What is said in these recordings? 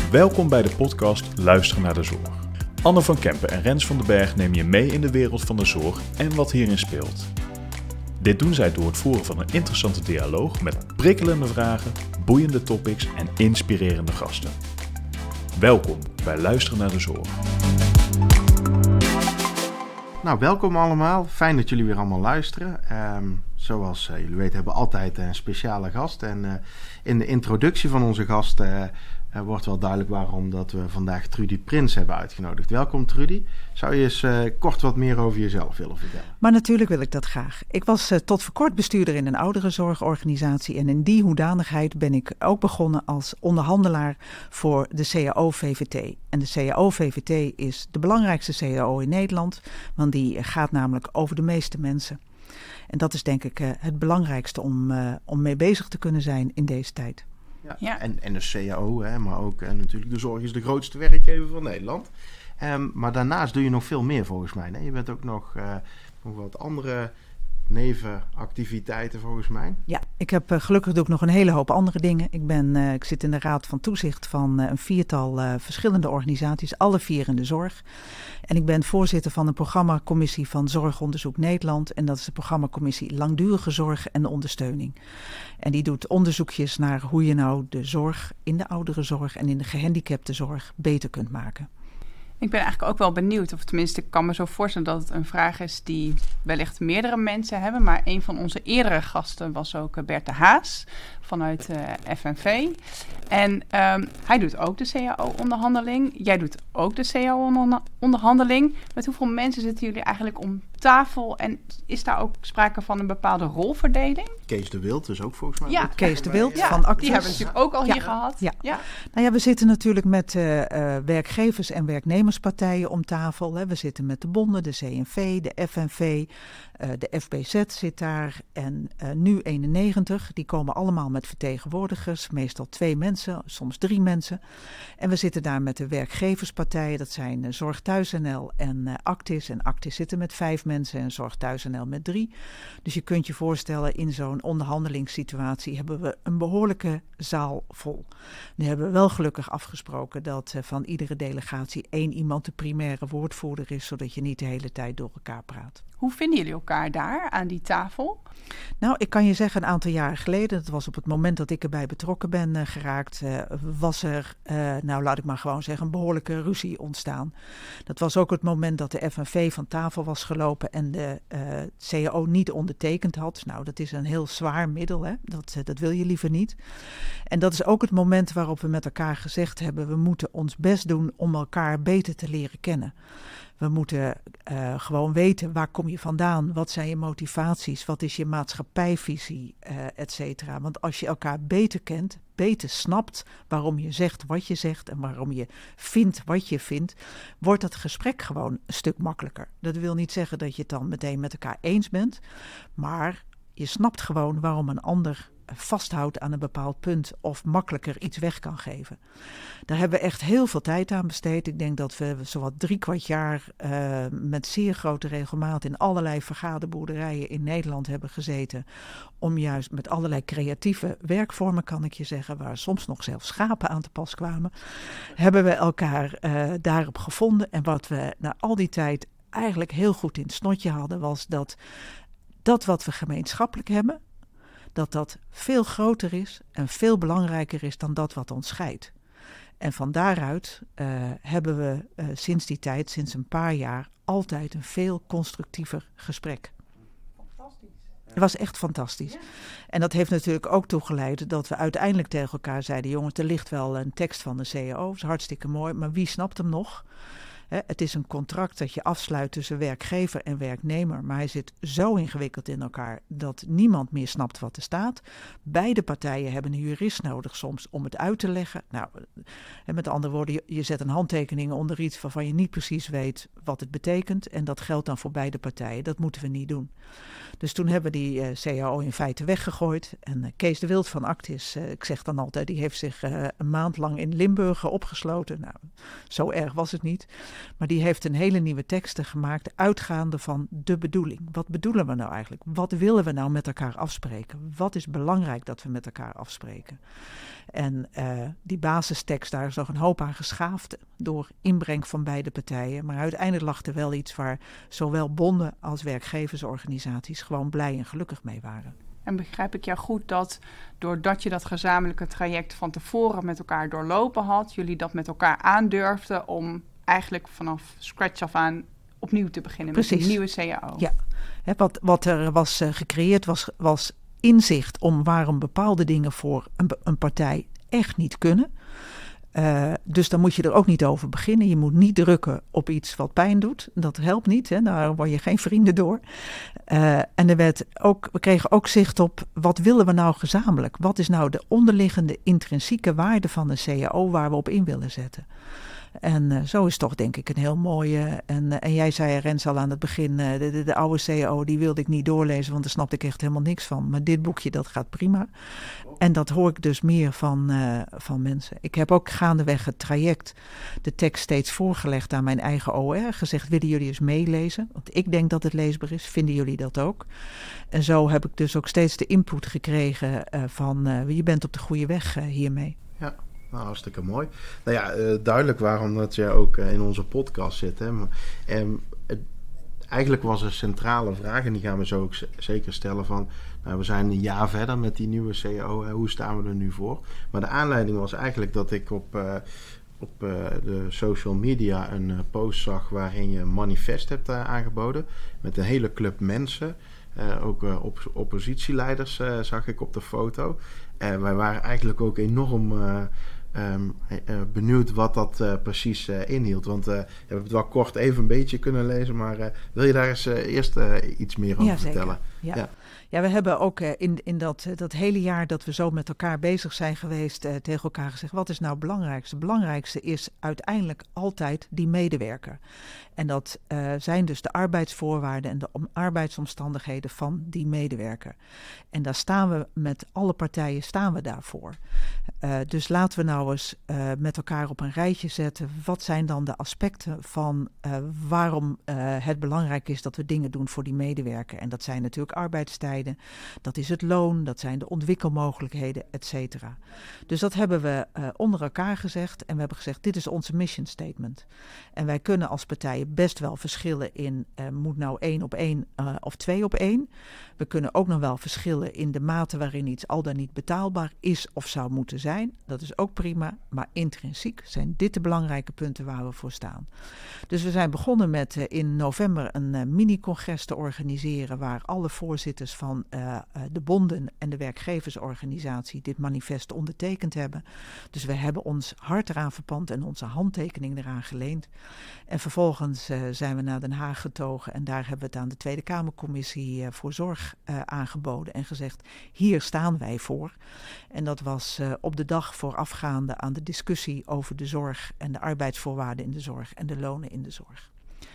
Welkom bij de podcast Luisteren naar de Zorg. Anne van Kempen en Rens van den Berg nemen je mee in de wereld van de zorg en wat hierin speelt. Dit doen zij door het voeren van een interessante dialoog met prikkelende vragen, boeiende topics en inspirerende gasten. Welkom bij Luisteren naar de Zorg. Nou, welkom allemaal. Fijn dat jullie weer allemaal luisteren. Zoals jullie weten hebben we altijd een speciale gast. En in de introductie van onze gast wordt wel duidelijk waarom dat we vandaag Trudy Prins hebben uitgenodigd. Welkom Trudy. Zou je eens kort wat meer over jezelf willen vertellen? Maar natuurlijk wil ik dat graag. Ik was tot voor kort bestuurder in een ouderenzorgorganisatie. En in die hoedanigheid ben ik ook begonnen als onderhandelaar voor de CAO-VVT. En de CAO-VVT is de belangrijkste CAO in Nederland. Want die gaat namelijk over de meeste mensen. En dat is denk ik het belangrijkste om mee bezig te kunnen zijn in deze tijd. Ja. En de CAO, maar ook natuurlijk de zorg is de grootste werkgever van Nederland. Maar daarnaast doe je nog veel meer volgens mij. Hè? Je bent ook nog wat andere nevenactiviteiten volgens mij. Ja, ik heb gelukkig ook nog een hele hoop andere dingen. Ik zit in de raad van toezicht van een 4-tal verschillende organisaties, alle 4 in de zorg. En ik ben voorzitter van een programmacommissie van Zorgonderzoek Nederland. En dat is de programmacommissie Langdurige Zorg en Ondersteuning. En die doet onderzoekjes naar hoe je nou de zorg in de ouderenzorg en in de gehandicaptenzorg beter kunt maken. Ik ben eigenlijk ook wel benieuwd, of tenminste ik kan me zo voorstellen dat het een vraag is die wellicht meerdere mensen hebben. Maar een van onze eerdere gasten was ook Bert de Haas vanuit FNV. En hij doet ook de CAO-onderhandeling. Jij doet ook de CAO-onderhandeling. Met hoeveel mensen zitten jullie eigenlijk om tafel? En is daar ook sprake van een bepaalde rolverdeling? Kees de Wild is ook volgens mij. Ja, Kees de Wild van Actis. Die hebben we natuurlijk ook al hier gehad. Ja. Nou ja, we zitten natuurlijk met werkgevers en werknemerspartijen om tafel. Hè. We zitten met de bonden, de CNV, de FNV, de FBZ zit daar en Nu 91. Die komen allemaal met vertegenwoordigers, meestal 2 mensen, soms 3 mensen. En we zitten daar met de werkgeverspartijen, dat zijn Zorg Thuis.nl en Actis. En Actis zitten met 5 mensen en Zorg Thuis.nl met 3. Dus je kunt je voorstellen, in zo'n onderhandelingssituatie hebben we een behoorlijke zaal vol. Nu hebben we wel gelukkig afgesproken dat van iedere delegatie 1 iemand de primaire woordvoerder is, zodat je niet de hele tijd door elkaar praat. Hoe vinden jullie elkaar daar aan die tafel? Nou, ik kan je zeggen, een aantal jaren geleden, dat was op het moment dat ik erbij betrokken ben geraakt, was er, laat ik maar gewoon zeggen, een behoorlijke ruzie ontstaan. Dat was ook het moment dat de FNV van tafel was gelopen en de CAO niet ondertekend had. Nou, dat is een heel zwaar middel, hè? Dat wil je liever niet. En dat is ook het moment waarop we met elkaar gezegd hebben, we moeten ons best doen om elkaar beter te leren kennen. We moeten gewoon weten, waar kom je vandaan? Wat zijn je motivaties? Wat is je maatschappijvisie? Et cetera. Want als je elkaar beter kent, beter snapt waarom je zegt wat je zegt en waarom je vindt wat je vindt, wordt dat gesprek gewoon een stuk makkelijker. Dat wil niet zeggen dat je het dan meteen met elkaar eens bent, maar je snapt gewoon waarom een ander vasthoudt aan een bepaald punt of makkelijker iets weg kan geven. Daar hebben we echt heel veel tijd aan besteed. Ik denk dat we zowat 3/4 jaar met zeer grote regelmaat in allerlei vergaderboerderijen in Nederland hebben gezeten, om juist met allerlei creatieve werkvormen, kan ik je zeggen, waar soms nog zelfs schapen aan te pas kwamen, hebben we elkaar daarop gevonden. En wat we na al die tijd eigenlijk heel goed in het snotje hadden, was dat wat we gemeenschappelijk hebben, dat veel groter is en veel belangrijker is dan dat wat ons scheidt. En van daaruit hebben we sinds die tijd, sinds een paar jaar, altijd een veel constructiever gesprek. Fantastisch. Het was echt fantastisch. Ja. En dat heeft natuurlijk ook toegeleid dat we uiteindelijk tegen elkaar zeiden, jongens, er ligt wel een tekst van de CAO, dat is hartstikke mooi, maar wie snapt hem nog? Het is een contract dat je afsluit tussen werkgever en werknemer, maar hij zit zo ingewikkeld in elkaar dat niemand meer snapt wat er staat. Beide partijen hebben een jurist nodig soms om het uit te leggen. Nou, met andere woorden, je zet een handtekening onder iets waarvan je niet precies weet wat het betekent en dat geldt dan voor beide partijen. Dat moeten we niet doen. Dus toen hebben we die CAO in feite weggegooid. En Kees de Wild van Actis, ik zeg dan altijd, die heeft zich een maand lang in Limburg opgesloten. Nou, zo erg was het niet. Maar die heeft een hele nieuwe teksten gemaakt uitgaande van de bedoeling. Wat bedoelen we nou eigenlijk? Wat willen we nou met elkaar afspreken? Wat is belangrijk dat we met elkaar afspreken? En die basistekst, daar is nog een hoop aan geschaafd door inbreng van beide partijen. Maar uiteindelijk lag er wel iets waar zowel bonden als werkgeversorganisaties gewoon blij en gelukkig mee waren. En begrijp ik jou goed dat doordat je dat gezamenlijke traject van tevoren met elkaar doorlopen had, jullie dat met elkaar aandurfden om eigenlijk vanaf scratch af aan opnieuw te beginnen met een nieuwe CAO? Ja, wat er was gecreëerd was inzicht om waarom bepaalde dingen voor een partij echt niet kunnen. Dus dan moet je er ook niet over beginnen. Je moet niet drukken op iets wat pijn doet. Dat helpt niet, hè? Daar word je geen vrienden door. En we kregen ook zicht op, wat willen we nou gezamenlijk? Wat is nou de onderliggende intrinsieke waarde van een CAO waar we op in willen zetten? En zo is toch denk ik een heel mooie. En jij zei, Rens, al aan het begin, de oude CAO, die wilde ik niet doorlezen, want daar snapte ik echt helemaal niks van. Maar dit boekje, dat gaat prima. En dat hoor ik dus meer van mensen. Ik heb ook gaandeweg het traject de tekst steeds voorgelegd aan mijn eigen OR. Gezegd, willen jullie eens meelezen? Want ik denk dat het leesbaar is. Vinden jullie dat ook? En zo heb ik dus ook steeds de input gekregen van je bent op de goede weg hiermee. Ja. Nou, hartstikke mooi. Nou ja, duidelijk waarom dat je ook in onze podcast zit. Hè. Eigenlijk was een centrale vraag, en die gaan we zo ook zeker stellen van, nou, we zijn een jaar verder met die nieuwe CAO, hoe staan we er nu voor? Maar de aanleiding was eigenlijk dat ik op de social media een post zag waarin je een manifest hebt aangeboden met een hele club mensen. Ook oppositieleiders zag ik op de foto. Wij waren eigenlijk ook enorm benieuwd wat dat precies inhield. Want we hebben het wel kort even een beetje kunnen lezen, maar wil je daar eens eerst iets meer over vertellen? Ja, we hebben ook in dat hele jaar dat we zo met elkaar bezig zijn geweest tegen elkaar gezegd, wat is nou het belangrijkste? Het belangrijkste is uiteindelijk altijd die medewerker. En dat zijn dus de arbeidsvoorwaarden en de arbeidsomstandigheden van die medewerker. En daar staan we met alle partijen daarvoor. Dus laten we nou eens met elkaar op een rijtje zetten. Wat zijn dan de aspecten van waarom het belangrijk is dat we dingen doen voor die medewerker? En dat zijn natuurlijk arbeidstijden, dat is het loon, dat zijn de ontwikkelmogelijkheden, et cetera. Dus dat hebben we onder elkaar gezegd en we hebben gezegd, dit is onze mission statement. En wij kunnen als partijen best wel verschillen in, moet nou 1 op 1 of 2 op 1. We kunnen ook nog wel verschillen in de mate waarin iets al dan niet betaalbaar is of zou moeten zijn. Dat is ook prima, maar intrinsiek zijn dit de belangrijke punten waar we voor staan. Dus we zijn begonnen met in november een mini-congres te organiseren waar alle voorzitters van de bonden en de werkgeversorganisatie dit manifest ondertekend hebben. Dus we hebben ons hart eraan verpand en onze handtekening eraan geleend. En vervolgens zijn we naar Den Haag getogen en daar hebben we het aan de Tweede Kamercommissie voor Zorg aangeboden en gezegd, hier staan wij voor. En dat was op de dag voorafgaande aan de discussie over de zorg en de arbeidsvoorwaarden in de zorg en de lonen in de zorg.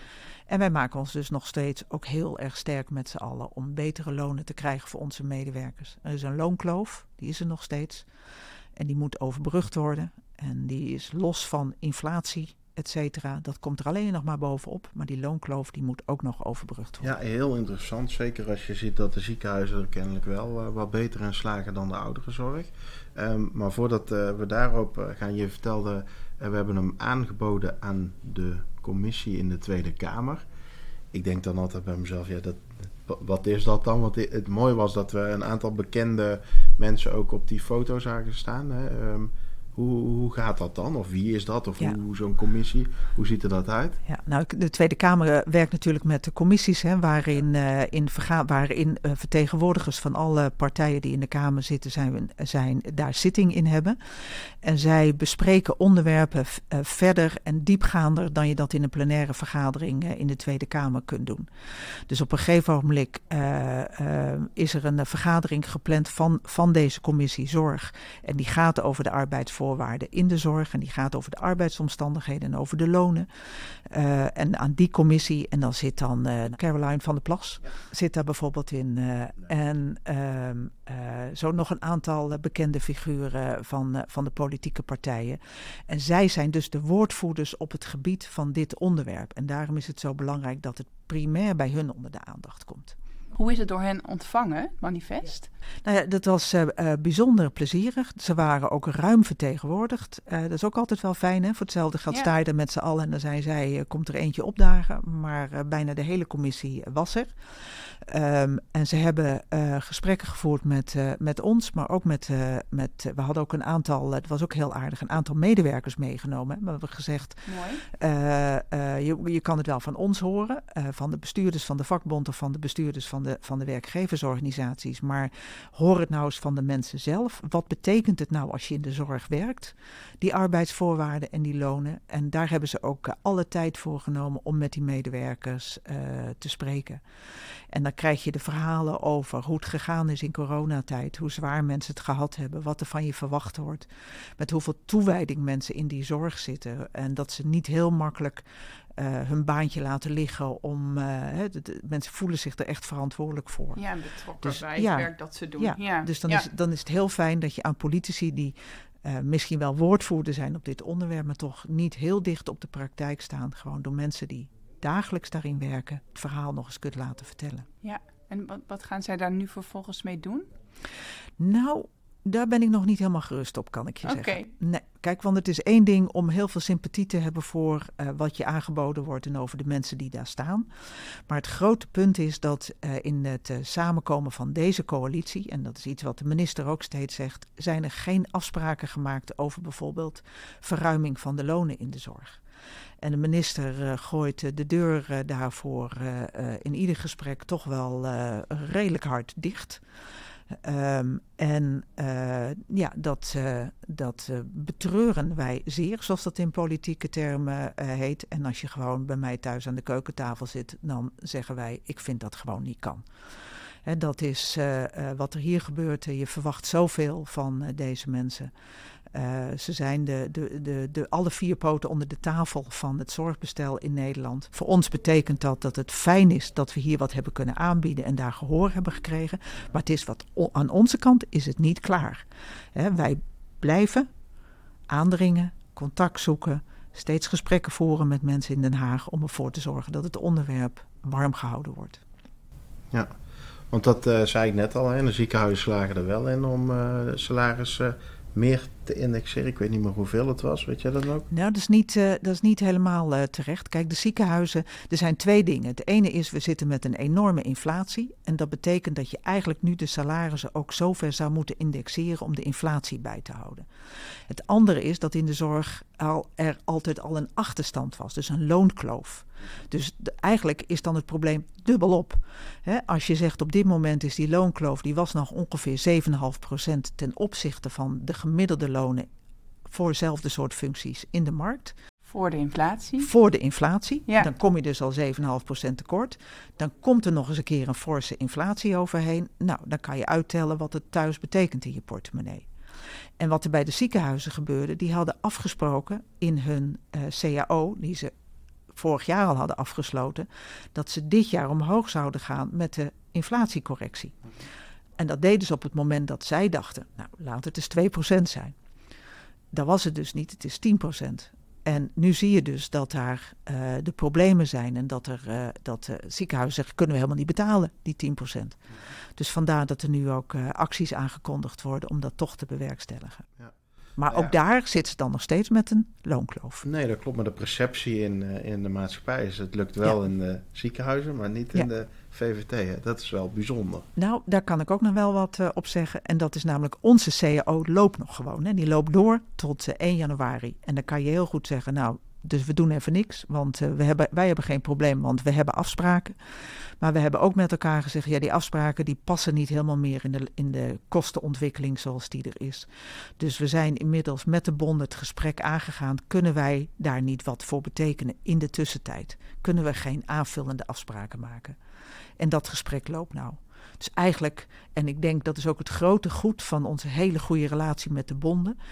En wij maken ons dus nog steeds ook heel erg sterk met z'n allen om betere lonen te krijgen voor onze medewerkers. Er is een loonkloof, die is er nog steeds. En die moet overbrugd worden. En die is los van inflatie, et cetera. Dat komt er alleen nog maar bovenop. Maar die loonkloof die moet ook nog overbrugd worden. Ja, heel interessant. Zeker als je ziet dat de ziekenhuizen er kennelijk wel wat beter in slagen dan de ouderenzorg. Maar voordat we daarop gaan, je vertelde, we hebben hem aangeboden aan de commissie in de Tweede Kamer. Ik denk dan altijd bij mezelf, ja, wat is dat dan? Want het mooie was dat we een aantal bekende mensen ook op die foto zagen staan. Hè? Hoe gaat dat dan? Of wie is dat? Of hoe zo'n commissie? Hoe ziet er dat uit? Ja, nou, de Tweede Kamer werkt natuurlijk met de commissies, hè, waarin vertegenwoordigers van alle partijen die in de Kamer zitten, daar zitting in hebben. En zij bespreken onderwerpen verder en diepgaander dan je dat in een plenaire vergadering in de Tweede Kamer kunt doen. Dus op een gegeven ogenblik is er een vergadering gepland van deze commissie Zorg. En die gaat over de arbeidsvoorwaarden in de zorg. En die gaat over de arbeidsomstandigheden en over de lonen. En aan die commissie, en dan zit dan Caroline van der Plas, zit daar bijvoorbeeld in. En zo nog een aantal bekende figuren van de politieke partijen. En zij zijn dus de woordvoerders op het gebied van dit onderwerp. En daarom is het zo belangrijk dat het primair bij hun onder de aandacht komt. Hoe is het door hen ontvangen, het manifest? Nou ja, dat was bijzonder plezierig. Ze waren ook ruim vertegenwoordigd. Dat is ook altijd wel fijn, hè? Voor hetzelfde geld sta je er met z'n allen en dan zijn zij, komt er eentje opdagen. Maar bijna de hele commissie was er. En ze hebben gesprekken gevoerd met ons, maar ook we hadden ook een aantal, het was ook heel aardig, een aantal medewerkers meegenomen. We hebben gezegd, je kan het wel van ons horen, van de bestuurders van de vakbond of van de bestuurders van de werkgeversorganisaties, maar hoor het nou eens van de mensen zelf. Wat betekent het nou als je in de zorg werkt? Die arbeidsvoorwaarden en die lonen. En daar hebben ze ook alle tijd voor genomen om met die medewerkers te spreken. En dan krijg je de verhalen over hoe het gegaan is in coronatijd, hoe zwaar mensen het gehad hebben, wat er van je verwacht wordt, met hoeveel toewijding mensen in die zorg zitten en dat ze niet heel makkelijk hun baantje laten liggen om... mensen voelen zich er echt verantwoordelijk voor. Ja, en betrokken bij het werk dat ze doen. Dus dan is het heel fijn dat je aan politici die misschien wel woordvoerder zijn op dit onderwerp, maar toch niet heel dicht op de praktijk staan, gewoon door mensen die dagelijks daarin werken, het verhaal nog eens kunt laten vertellen. Ja, en wat gaan zij daar nu vervolgens mee doen? Nou, daar ben ik nog niet helemaal gerust op, kan ik je zeggen. Oké. Nee, kijk, want het is één ding om heel veel sympathie te hebben voor wat je aangeboden wordt en over de mensen die daar staan. Maar het grote punt is dat in het samenkomen van deze coalitie, en dat is iets wat de minister ook steeds zegt, zijn er geen afspraken gemaakt over bijvoorbeeld verruiming van de lonen in de zorg. En de minister gooit de deur daarvoor in ieder gesprek toch wel redelijk hard dicht. Dat betreuren wij zeer, zoals dat in politieke termen heet. En als je gewoon bij mij thuis aan de keukentafel zit, dan zeggen wij, ik vind dat gewoon niet kan. Dat is wat er hier gebeurt. Je verwacht zoveel van deze mensen. Ze zijn alle vier poten onder de tafel van het zorgbestel in Nederland. Voor ons betekent dat het fijn is dat we hier wat hebben kunnen aanbieden en daar gehoor hebben gekregen. Maar het is aan onze kant is het niet klaar. Wij blijven aandringen, contact zoeken, steeds gesprekken voeren met mensen in Den Haag om ervoor te zorgen dat het onderwerp warm gehouden wordt. Ja, want dat zei ik net al, de ziekenhuizen slagen er wel in om salaris meer te indexeren. Ik weet niet meer hoeveel het was, weet jij dat ook? Nou, dat is niet helemaal terecht. Kijk, de ziekenhuizen, er zijn twee dingen. Het ene is, we zitten met een enorme inflatie. En dat betekent dat je eigenlijk nu de salarissen ook zover zou moeten indexeren om de inflatie bij te houden. Het andere is dat in de zorg er altijd al een achterstand was, dus een loonkloof. Dus eigenlijk is dan het probleem dubbelop. Als je zegt op dit moment is die loonkloof, die was nog ongeveer 7,5% ten opzichte van de gemiddelde lonen voor dezelfde soort functies in de markt. Voor de inflatie? Voor de inflatie. Ja. Dan kom je dus al 7,5% tekort. Dan komt er nog eens een keer een forse inflatie overheen. Nou, dan kan je uittellen wat het thuis betekent in je portemonnee. En wat er bij de ziekenhuizen gebeurde, die hadden afgesproken in hun CAO, die ze vorig jaar al hadden afgesloten, dat ze dit jaar omhoog zouden gaan met de inflatiecorrectie. En dat deden ze op het moment dat zij dachten, nou, laat het eens 2% zijn. Dat was het dus niet, het is 10%. En nu zie je dus dat daar de problemen zijn en dat ziekenhuizen zeggen, kunnen we helemaal niet betalen, die 10%. Dus vandaar dat er nu ook acties aangekondigd worden om dat toch te bewerkstelligen. Ja. Maar ook daar zit ze dan nog steeds met een loonkloof. Nee, dat klopt. Maar de perceptie in de maatschappij is, het lukt wel in de ziekenhuizen, maar niet in de VVT. Hè? Dat is wel bijzonder. Nou, daar kan ik ook nog wel wat op zeggen. En dat is namelijk onze CAO loopt nog gewoon. Hè? Die loopt door tot 1 januari. En dan kan je heel goed zeggen, nou, dus we doen even niks. Want wij hebben geen probleem, want we hebben afspraken. Maar we hebben ook met elkaar gezegd, ja, die afspraken die passen niet helemaal meer in de kostenontwikkeling zoals die er is. Dus we zijn inmiddels met de bonden het gesprek aangegaan. Kunnen wij daar niet wat voor betekenen in de tussentijd? Kunnen we geen aanvullende afspraken maken? En dat gesprek loopt nou. Dus eigenlijk, en ik denk dat is ook het grote goed van onze hele goede relatie met de bonden,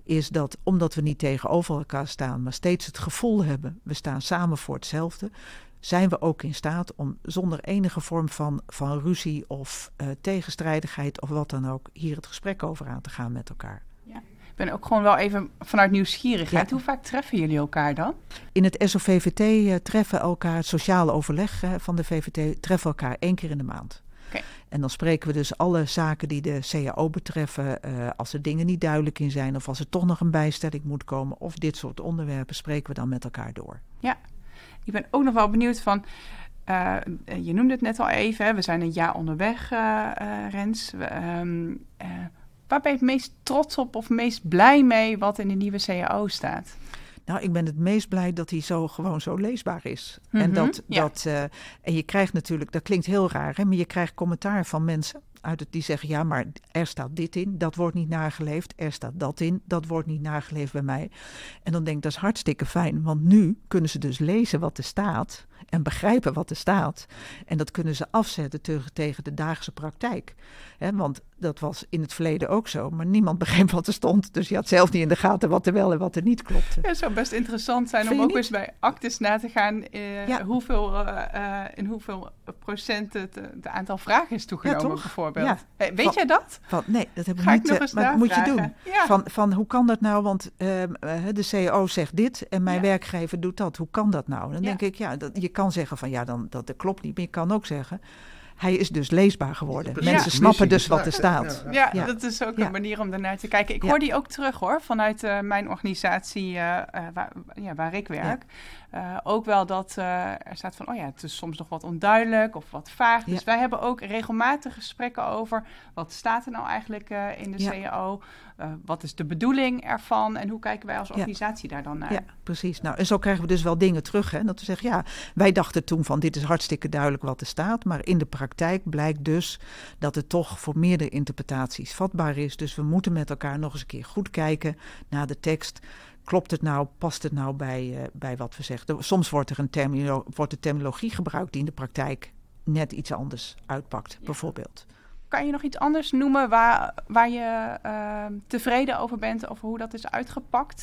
is dat omdat we niet tegenover elkaar staan, maar steeds het gevoel hebben, we staan samen voor hetzelfde, zijn we ook in staat om zonder enige vorm van ruzie of tegenstrijdigheid of wat dan ook, hier het gesprek over aan te gaan met elkaar. Ja. Ik ben ook gewoon wel even vanuit nieuwsgierigheid. Ja. Hoe vaak treffen jullie elkaar dan? In het SOVVT treffen elkaar, het sociale overleg van de VVT, treffen elkaar 1 keer in de maand. Okay. En dan spreken we dus alle zaken die de CAO betreffen, als er dingen niet duidelijk in zijn of als er toch nog een bijstelling moet komen of dit soort onderwerpen, spreken we dan met elkaar door. Ja, ik ben ook nog wel benieuwd van, je noemde het net al even, hè, we zijn een jaar onderweg, Rens. Waar ben je het meest trots op of meest blij mee wat in de nieuwe CAO staat? Nou, ik ben het meest blij dat hij gewoon zo leesbaar is. Mm-hmm, En je krijgt natuurlijk, dat klinkt heel raar, hè, maar je krijgt commentaar van mensen die zeggen, ja, maar er staat dit in, dat wordt niet nageleefd. Er staat dat in, dat wordt niet nageleefd bij mij. En dan denk ik, dat is hartstikke fijn, want nu kunnen ze dus lezen wat er staat en begrijpen wat er staat. En dat kunnen ze afzetten tegen de dagelijkse praktijk. Want dat was in het verleden ook zo, maar niemand begreep wat er stond. Dus je had zelf niet in de gaten wat er wel en wat er niet klopte. Ja, het zou best interessant zijn om ook eens bij actes na te gaan in hoeveel procent het aantal vragen is toegenomen, bijvoorbeeld. Ja. Weet jij dat? Nee, dat heb ik niet. Maar dat moet je doen. Ja. Van hoe kan dat nou? Want de CAO zegt dit en mijn werkgever doet dat. Hoe kan dat nou? Dan denk ik, je kan zeggen van dat klopt niet. Maar je kan ook zeggen, hij is dus leesbaar geworden. Mensen snappen dus wat er staat. Ja, dat is ook een manier om daarnaar te kijken. Ik hoor die ook terug hoor, vanuit mijn organisatie waar ik werk. Ook wel dat er staat van, het is soms nog wat onduidelijk of wat vaag. Dus wij hebben ook regelmatig gesprekken over, wat staat er nou eigenlijk in de CAO? Wat is de bedoeling ervan? En hoe kijken wij als organisatie daar dan naar? Ja, precies. Nou, en zo krijgen we dus wel dingen terug. Hè? Dat we zeggen, wij dachten toen van, dit is hartstikke duidelijk wat er staat. Maar in de praktijk blijkt dus dat het toch voor meerdere interpretaties vatbaar is. Dus we moeten met elkaar nog eens een keer goed kijken naar de tekst. Klopt het nou, past het nou bij wat we zeggen? Soms wordt er wordt de terminologie gebruikt die in de praktijk net iets anders uitpakt, bijvoorbeeld. Kan je nog iets anders noemen waar je tevreden over bent, over hoe dat is uitgepakt?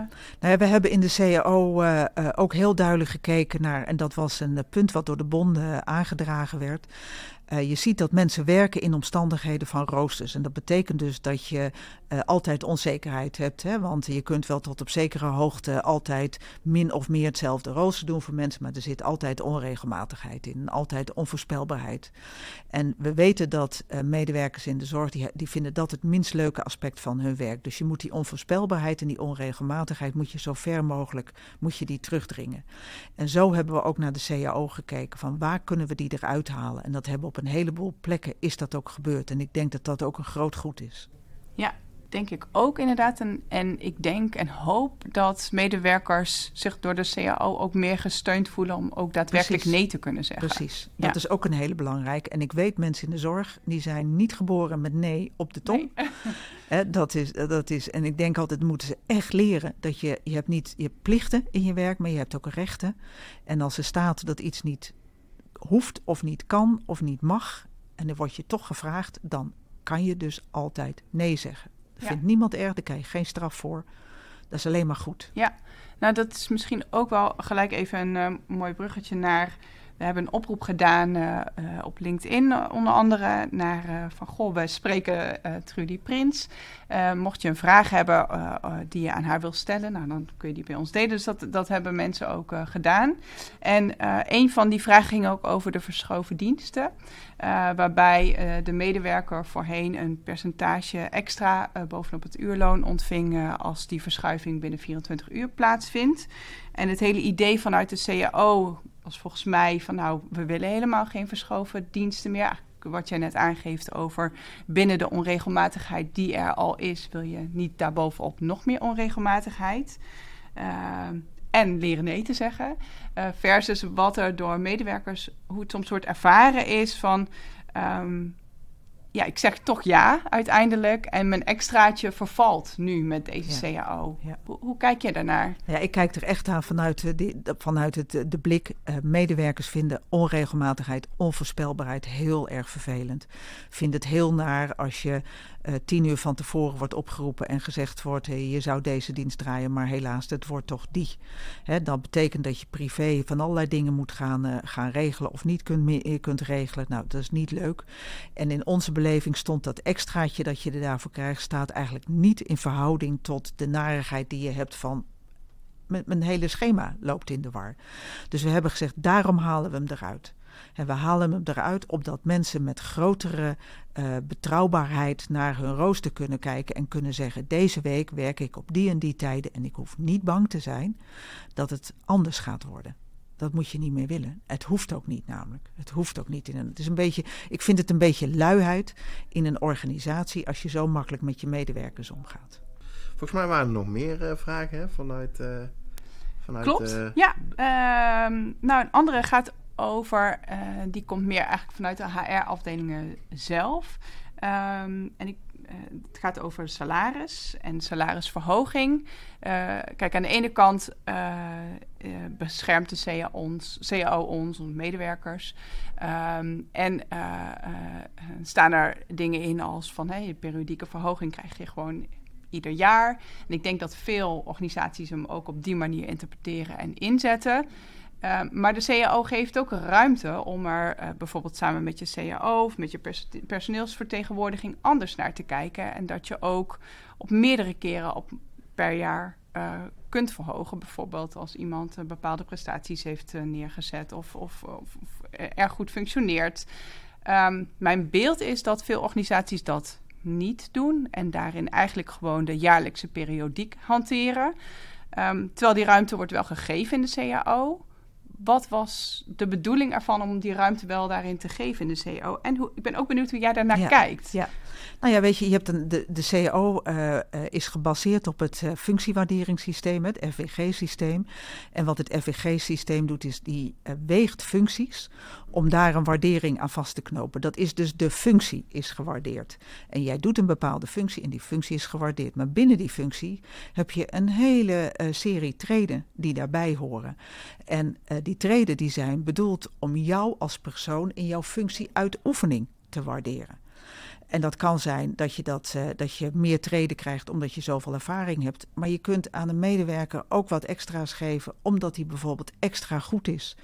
We hebben in de CAO ook heel duidelijk gekeken naar, en dat was een punt wat door de bonden aangedragen werd. Je ziet dat mensen werken in omstandigheden van roosters. En dat betekent dus dat je altijd onzekerheid hebt. Hè? Want je kunt wel tot op zekere hoogte altijd min of meer hetzelfde rooster doen voor mensen. Maar er zit altijd onregelmatigheid in. Altijd onvoorspelbaarheid. En we weten dat medewerkers in de zorg, die vinden dat het minst leuke aspect van hun werk. Dus je moet die onvoorspelbaarheid en die onregelmatigheid moet je zo ver mogelijk die terugdringen. En zo hebben we ook naar de CAO gekeken van waar kunnen we die eruit halen. En dat hebben we op een heleboel plekken is dat ook gebeurd. En ik denk dat dat ook een groot goed is. Ja, denk ik ook inderdaad. En ik denk en hoop dat medewerkers zich door de CAO ook meer gesteund voelen om ook daadwerkelijk nee te kunnen zeggen. Precies, dat is ook een hele belangrijke. En ik weet mensen in de zorg, die zijn niet geboren met nee op de tong. Nee. Dat is, en ik denk altijd, moeten ze echt leren dat je hebt plichten in je werk, maar je hebt ook rechten. En als er staat dat iets niet hoeft of niet kan of niet mag en dan word je toch gevraagd, dan kan je dus altijd nee zeggen. Dat vindt niemand erg, daar krijg je geen straf voor. Dat is alleen maar goed. Ja, nou dat is misschien ook wel gelijk even een mooi bruggetje naar. We hebben een oproep gedaan op LinkedIn onder andere naar we spreken Trudy Prins. Mocht je een vraag hebben die je aan haar wil stellen, nou, dan kun je die bij ons delen. Dus dat hebben mensen ook gedaan. En een van die vragen ging ook over de verschoven diensten. Waarbij de medewerker voorheen een percentage extra bovenop het uurloon ontving als die verschuiving binnen 24 uur plaatsvindt. En het hele idee vanuit de CAO was volgens mij van we willen helemaal geen verschoven diensten meer. Wat jij net aangeeft over binnen de onregelmatigheid die er al is, wil je niet daarbovenop nog meer onregelmatigheid. En leren nee te zeggen. Versus wat er door medewerkers, hoe het soms wordt ervaren is van ik zeg toch ja uiteindelijk. En mijn extraatje vervalt nu met deze CAO. Ja. Hoe kijk je daarnaar? Ja, ik kijk er echt aan vanuit de blik. Medewerkers vinden onregelmatigheid, onvoorspelbaarheid heel erg vervelend. Vind het heel naar als je 10 uur van tevoren wordt opgeroepen en gezegd wordt, je zou deze dienst draaien, maar helaas, het wordt toch die. Dat betekent dat je privé van allerlei dingen moet gaan regelen of niet kunt regelen. Nou, dat is niet leuk. En in onze beleving stond dat extraatje dat je er daarvoor krijgt, staat eigenlijk niet in verhouding tot de narigheid die je hebt van mijn hele schema loopt in de war. Dus we hebben gezegd, daarom halen we hem eruit. En we halen hem eruit opdat mensen met grotere betrouwbaarheid naar hun rooster kunnen kijken en kunnen zeggen, deze week werk ik op die en die tijden en ik hoef niet bang te zijn dat het anders gaat worden. Dat moet je niet meer willen. Het hoeft ook niet namelijk. Het hoeft ook niet. Het is een beetje, ik vind het een beetje luiheid in een organisatie als je zo makkelijk met je medewerkers omgaat. Volgens mij waren er nog meer vragen vanuit... Klopt, ja. Een andere gaat over, die komt meer eigenlijk vanuit de HR-afdelingen zelf. Het gaat over salaris en salarisverhoging. Kijk, aan de ene kant beschermt de CAO ons medewerkers. Staan er dingen in als van periodieke verhoging krijg je gewoon ieder jaar. En ik denk dat veel organisaties hem ook op die manier interpreteren en inzetten. Maar de CAO geeft ook ruimte om er bijvoorbeeld samen met je CAO of met je personeelsvertegenwoordiging anders naar te kijken. En dat je ook op meerdere keren per jaar kunt verhogen. Bijvoorbeeld als iemand bepaalde prestaties heeft neergezet of erg goed functioneert. Mijn beeld is dat veel organisaties dat niet doen en daarin eigenlijk gewoon de jaarlijkse periodiek hanteren. Terwijl die ruimte wordt wel gegeven in de CAO. Wat was de bedoeling ervan om die ruimte wel daarin te geven in de CAO? En ik ben ook benieuwd hoe jij daarnaar kijkt. Ja. Nou ja, weet je, je hebt de CAO is gebaseerd op het functiewaarderingssysteem, het FWG-systeem. En wat het FWG-systeem doet, is die weegt functies om daar een waardering aan vast te knopen. Dat is dus de functie is gewaardeerd. En jij doet een bepaalde functie en die functie is gewaardeerd. Maar binnen die functie heb je een hele serie treden die daarbij horen. En die treden die zijn bedoeld om jou als persoon in jouw functieuitoefening te waarderen. En dat kan zijn dat je meer treden krijgt omdat je zoveel ervaring hebt. Maar je kunt aan een medewerker ook wat extra's geven omdat hij bijvoorbeeld extra goed is.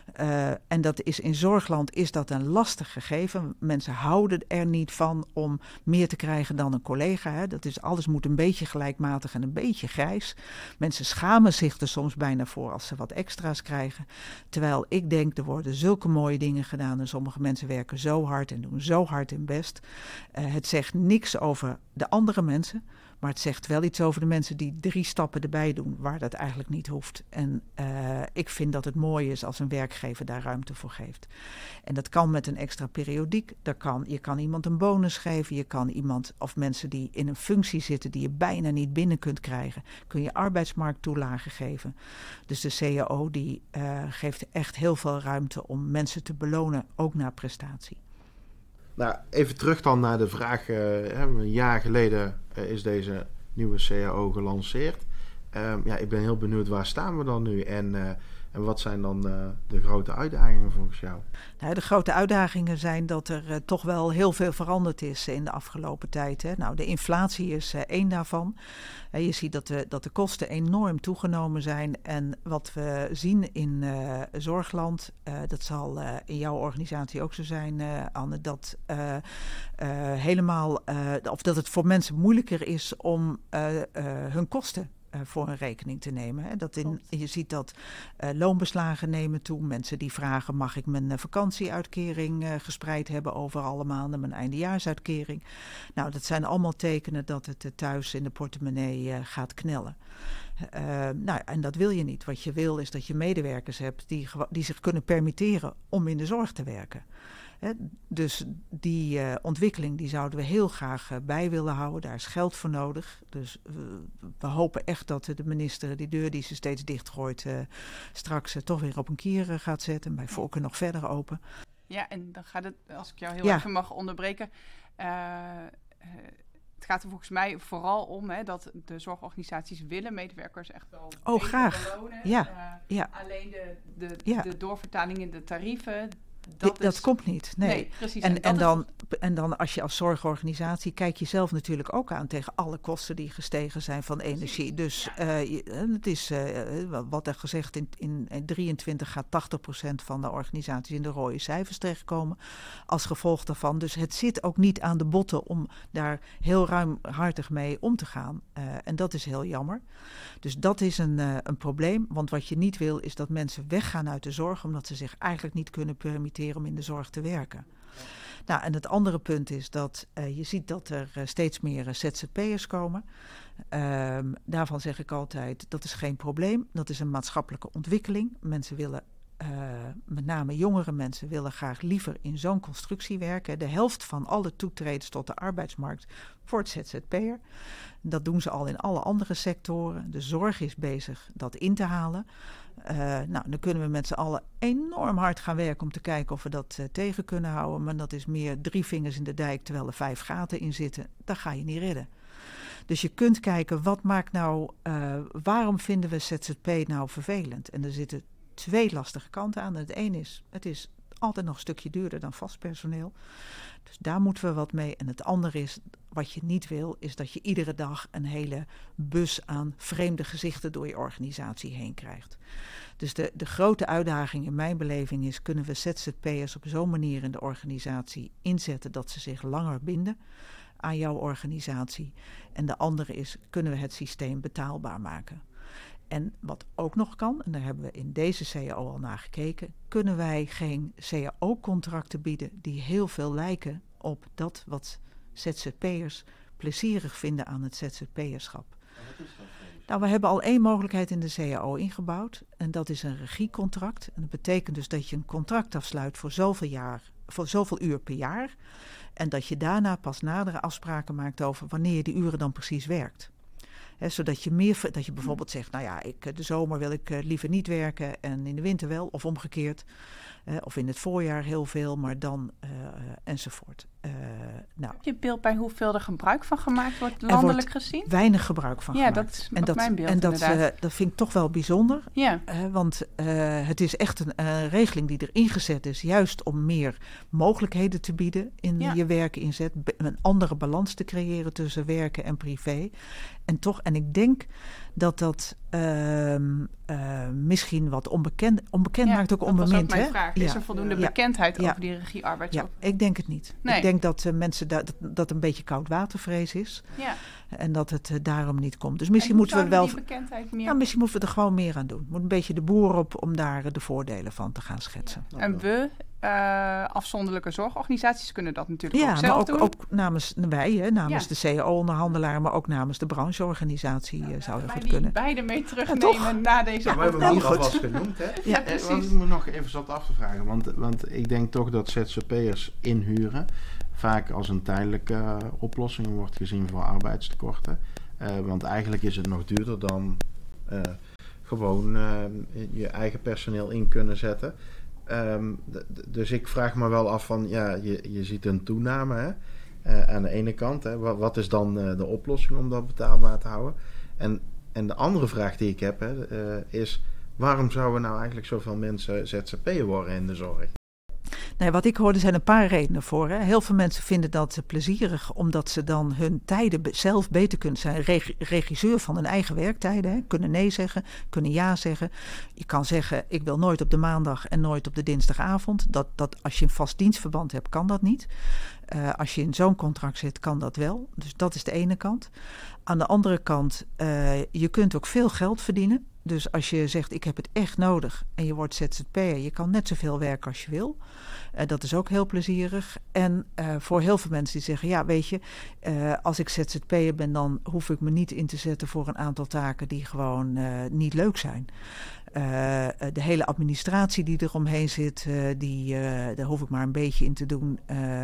En dat is in Zorgland is dat een lastig gegeven. Mensen houden er niet van om meer te krijgen dan een collega. Hè. Dat is, alles moet een beetje gelijkmatig en een beetje grijs. Mensen schamen zich er soms bijna voor als ze wat extra's krijgen. Terwijl ik denk, er worden zulke mooie dingen gedaan en sommige mensen werken zo hard en doen zo hard hun best. Het zegt niks over de andere mensen. Maar het zegt wel iets over de mensen die 3 stappen erbij doen, waar dat eigenlijk niet hoeft. En ik vind dat het mooi is als een werkgever daar ruimte voor geeft. En dat kan met een extra periodiek. Je kan iemand een bonus geven. Je kan iemand of mensen die in een functie zitten die je bijna niet binnen kunt krijgen, kun je arbeidsmarkttoelage geven. Dus de CAO die geeft echt heel veel ruimte om mensen te belonen, ook naar prestatie. Nou, even terug dan naar de vraag. Een jaar geleden is deze nieuwe CAO gelanceerd. Ik ben heel benieuwd, waar staan we dan nu? En wat zijn dan de grote uitdagingen volgens jou? Nou, de grote uitdagingen zijn dat er toch wel heel veel veranderd is in de afgelopen tijd. Hè. Nou, de inflatie is één daarvan. Je ziet dat de kosten enorm toegenomen zijn. En wat we zien in Zorgland, dat zal in jouw organisatie ook zo zijn, Anne, dat dat het voor mensen moeilijker is om hun kosten voor een rekening te nemen. Hè. Je ziet dat loonbeslagen nemen toe. Mensen die vragen, mag ik mijn vakantieuitkering gespreid hebben over alle maanden, mijn eindejaarsuitkering. Nou, dat zijn allemaal tekenen dat het thuis in de portemonnee gaat knellen. En dat wil je niet. Wat je wil is dat je medewerkers hebt die zich kunnen permitteren om in de zorg te werken. Dus die ontwikkeling die zouden we heel graag bij willen houden. Daar is geld voor nodig. Dus we hopen echt dat de minister die deur die ze steeds dichtgooit straks toch weer op een kier gaat zetten. Bij voorkeur nog verder open. Ja, en dan gaat het, als ik jou heel even mag onderbreken. Het gaat er volgens mij vooral om dat de zorgorganisaties willen medewerkers echt wel graag belonen. Ja. Alleen de doorvertaling in de tarieven... Dat komt niet, nee. Precies. En dan als je als zorgorganisatie kijk je zelf natuurlijk ook aan tegen alle kosten die gestegen zijn van energie. Dus het is, wat er gezegd, in 23 gaat 80% van de organisaties in de rode cijfers terechtkomen als gevolg daarvan. Dus het zit ook niet aan de botten om daar heel ruimhartig mee om te gaan. En dat is heel jammer. Dus dat is een probleem, want wat je niet wil is dat mensen weggaan uit de zorg omdat ze zich eigenlijk niet kunnen permitteren om in de zorg te werken. Nou, en het andere punt is dat je ziet dat er steeds meer ZZP'ers komen. Daarvan zeg ik altijd, dat is geen probleem. Dat is een maatschappelijke ontwikkeling. Mensen willen, met name jongere mensen, willen graag liever in zo'n constructie werken. De helft van alle toetreders tot de arbeidsmarkt wordt ZZP'er. Dat doen ze al in alle andere sectoren. De zorg is bezig dat in te halen. Dan kunnen we met z'n allen enorm hard gaan werken om te kijken of we dat tegen kunnen houden. Maar dat is meer 3 vingers in de dijk terwijl er 5 gaten in zitten. Dat ga je niet redden. Dus je kunt kijken, wat maakt nou, waarom vinden we ZZP nou vervelend? En er zitten 2 lastige kanten aan. Het een is, het is altijd nog een stukje duurder dan vast personeel. Dus daar moeten we wat mee. En het andere is, wat je niet wil, is dat je iedere dag een hele bus aan vreemde gezichten door je organisatie heen krijgt. Dus de grote uitdaging in mijn beleving is, kunnen we ZZP'ers op zo'n manier in de organisatie inzetten dat ze zich langer binden aan jouw organisatie. En de andere is, kunnen we het systeem betaalbaar maken. En wat ook nog kan, en daar hebben we in deze CAO al naar gekeken, kunnen wij geen CAO-contracten bieden die heel veel lijken op dat wat ZZP'ers plezierig vinden aan het ZZP'erschap. Wat is dat? Nou, we hebben al 1 mogelijkheid in de CAO ingebouwd en dat is een regiecontract. En dat betekent dus dat je een contract afsluit voor zoveel uur per jaar en dat je daarna pas nadere afspraken maakt over wanneer je die uren dan precies werkt. Zodat je bijvoorbeeld zegt, nou ja, de zomer wil ik liever niet werken en in de winter wel, of omgekeerd. Of in het voorjaar heel veel, maar dan enzovoort. Heb je een beeld bij hoeveel er gebruik van gemaakt wordt landelijk gezien? Weinig gebruik van gemaakt. Ja, dat is mijn beeld inderdaad. Dat vind ik toch wel bijzonder. Ja. Want het is echt een regeling die er ingezet is, juist om meer mogelijkheden te bieden in je werken inzet. Een andere balans te creëren tussen werken en privé. En ik denk dat misschien wat onbekend maakt ook onbemind. Dat was ook mijn vraag. Is er voldoende bekendheid over die regiearbeidsopvang? Ja, ik denk het niet. Nee. Ik denk dat mensen dat een beetje koudwatervrees is. Ja. En dat het daarom niet komt. Dus misschien moeten we wel. Die bekendheid meer... misschien moeten we er gewoon meer aan doen. Moet een beetje de boer op om daar de voordelen van te gaan schetsen. Ja. En we, afzonderlijke zorgorganisaties, kunnen dat natuurlijk ook zelf doen. Ook namens wij, namens de CAO-onderhandelaar, maar ook namens de brancheorganisatie zou dat goed kunnen. Beide mee terugnemen na deze we hebben hem hier alvast genoemd, hè? Ja, precies. Want ik moet nog even zat af te vragen, want ik denk toch dat ZZP'ers inhuren vaak als een tijdelijke oplossing wordt gezien voor arbeidstekorten. Want eigenlijk is het nog duurder dan gewoon je eigen personeel in kunnen zetten. Dus ik vraag me wel af van, je ziet een toename aan de ene kant. Hè, wat is dan de oplossing om dat betaalbaar te houden? En de andere vraag die ik heb is, waarom zouden nou eigenlijk zoveel mensen ZZP'er worden in de zorg? Nee, wat ik hoorde zijn een paar redenen voor. Hè. Heel veel mensen vinden dat plezierig, omdat ze dan hun tijden zelf beter kunnen zijn. Regisseur van hun eigen werktijden. Hè. Kunnen nee zeggen, kunnen ja zeggen. Je kan zeggen, ik wil nooit op de maandag en nooit op de dinsdagavond. Dat als je een vast dienstverband hebt, kan dat niet. Als je in zo'n contract zit, kan dat wel. Dus dat is de ene kant. Aan de andere kant, je kunt ook veel geld verdienen. Dus als je zegt, ik heb het echt nodig en je wordt ZZP'er, je kan net zoveel werken als je wil. Dat is ook heel plezierig. En voor heel veel mensen die zeggen, ja, weet je, als ik ZZP'er ben, dan hoef ik me niet in te zetten voor een aantal taken die gewoon niet leuk zijn. De hele administratie die eromheen zit, daar hoef ik maar een beetje in te doen.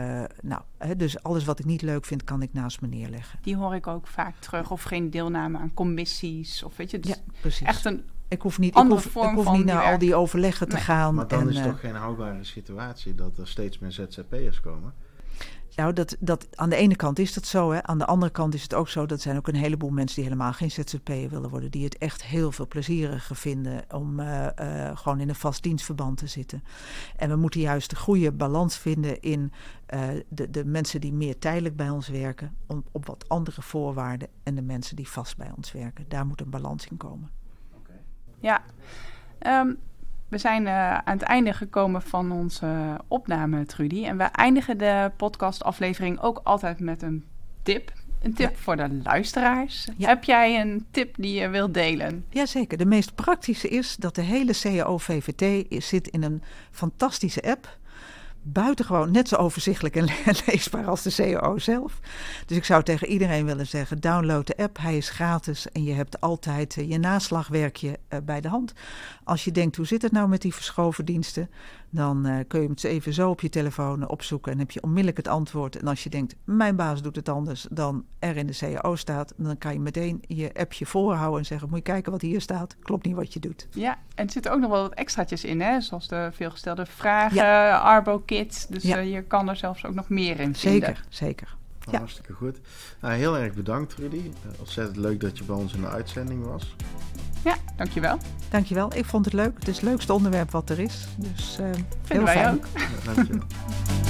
Dus alles wat ik niet leuk vind, kan ik naast me neerleggen. Die hoor ik ook vaak terug. Of geen deelname aan commissies. Of weet je, dus ja, precies. Echt een ik hoef niet naar al die overleggen te gaan. Maar dan is het toch geen houdbare situatie dat er steeds meer ZZP'ers komen? Nou, dat aan de ene kant is dat zo. Hè. Aan de andere kant is het ook zo. Dat zijn ook een heleboel mensen die helemaal geen ZZP'er willen worden. Die het echt heel veel plezieriger vinden om gewoon in een vast dienstverband te zitten. En we moeten juist de goede balans vinden in de mensen die meer tijdelijk bij ons werken. Op wat andere voorwaarden. En de mensen die vast bij ons werken. Daar moet een balans in komen. Okay. Ja, we zijn aan het einde gekomen van onze opname, Trudy. En we eindigen de podcastaflevering ook altijd met een tip. Een tip voor de luisteraars. Ja. Heb jij een tip die je wilt delen? Jazeker. De meest praktische is dat de hele CAO-VVT zit in een fantastische app. Buitengewoon net zo overzichtelijk en leesbaar als de CAO zelf. Dus ik zou tegen iedereen willen zeggen, download de app. Hij is gratis en je hebt altijd je naslagwerkje bij de hand. Als je denkt, hoe zit het nou met die verschoven diensten? Dan kun je hem even zo op je telefoon opzoeken en heb je onmiddellijk het antwoord. En als je denkt, mijn baas doet het anders dan er in de CAO staat, dan kan je meteen je appje voorhouden en zeggen, moet je kijken wat hier staat, klopt niet wat je doet. Ja, en er zitten ook nog wel wat extraatjes in, hè? Zoals de veelgestelde vragen, Arbo-kits. Dus je kan er zelfs ook nog meer in vinden. Zeker. Ja. Hartstikke goed. Nou, heel erg bedankt, Trudy. Ontzettend leuk dat je bij ons in de uitzending was. Ja, dankjewel. Dankjewel. Ik vond het leuk. Het is het leukste onderwerp wat er is. Dus vinden wij fijn. ook. Ja, dankjewel.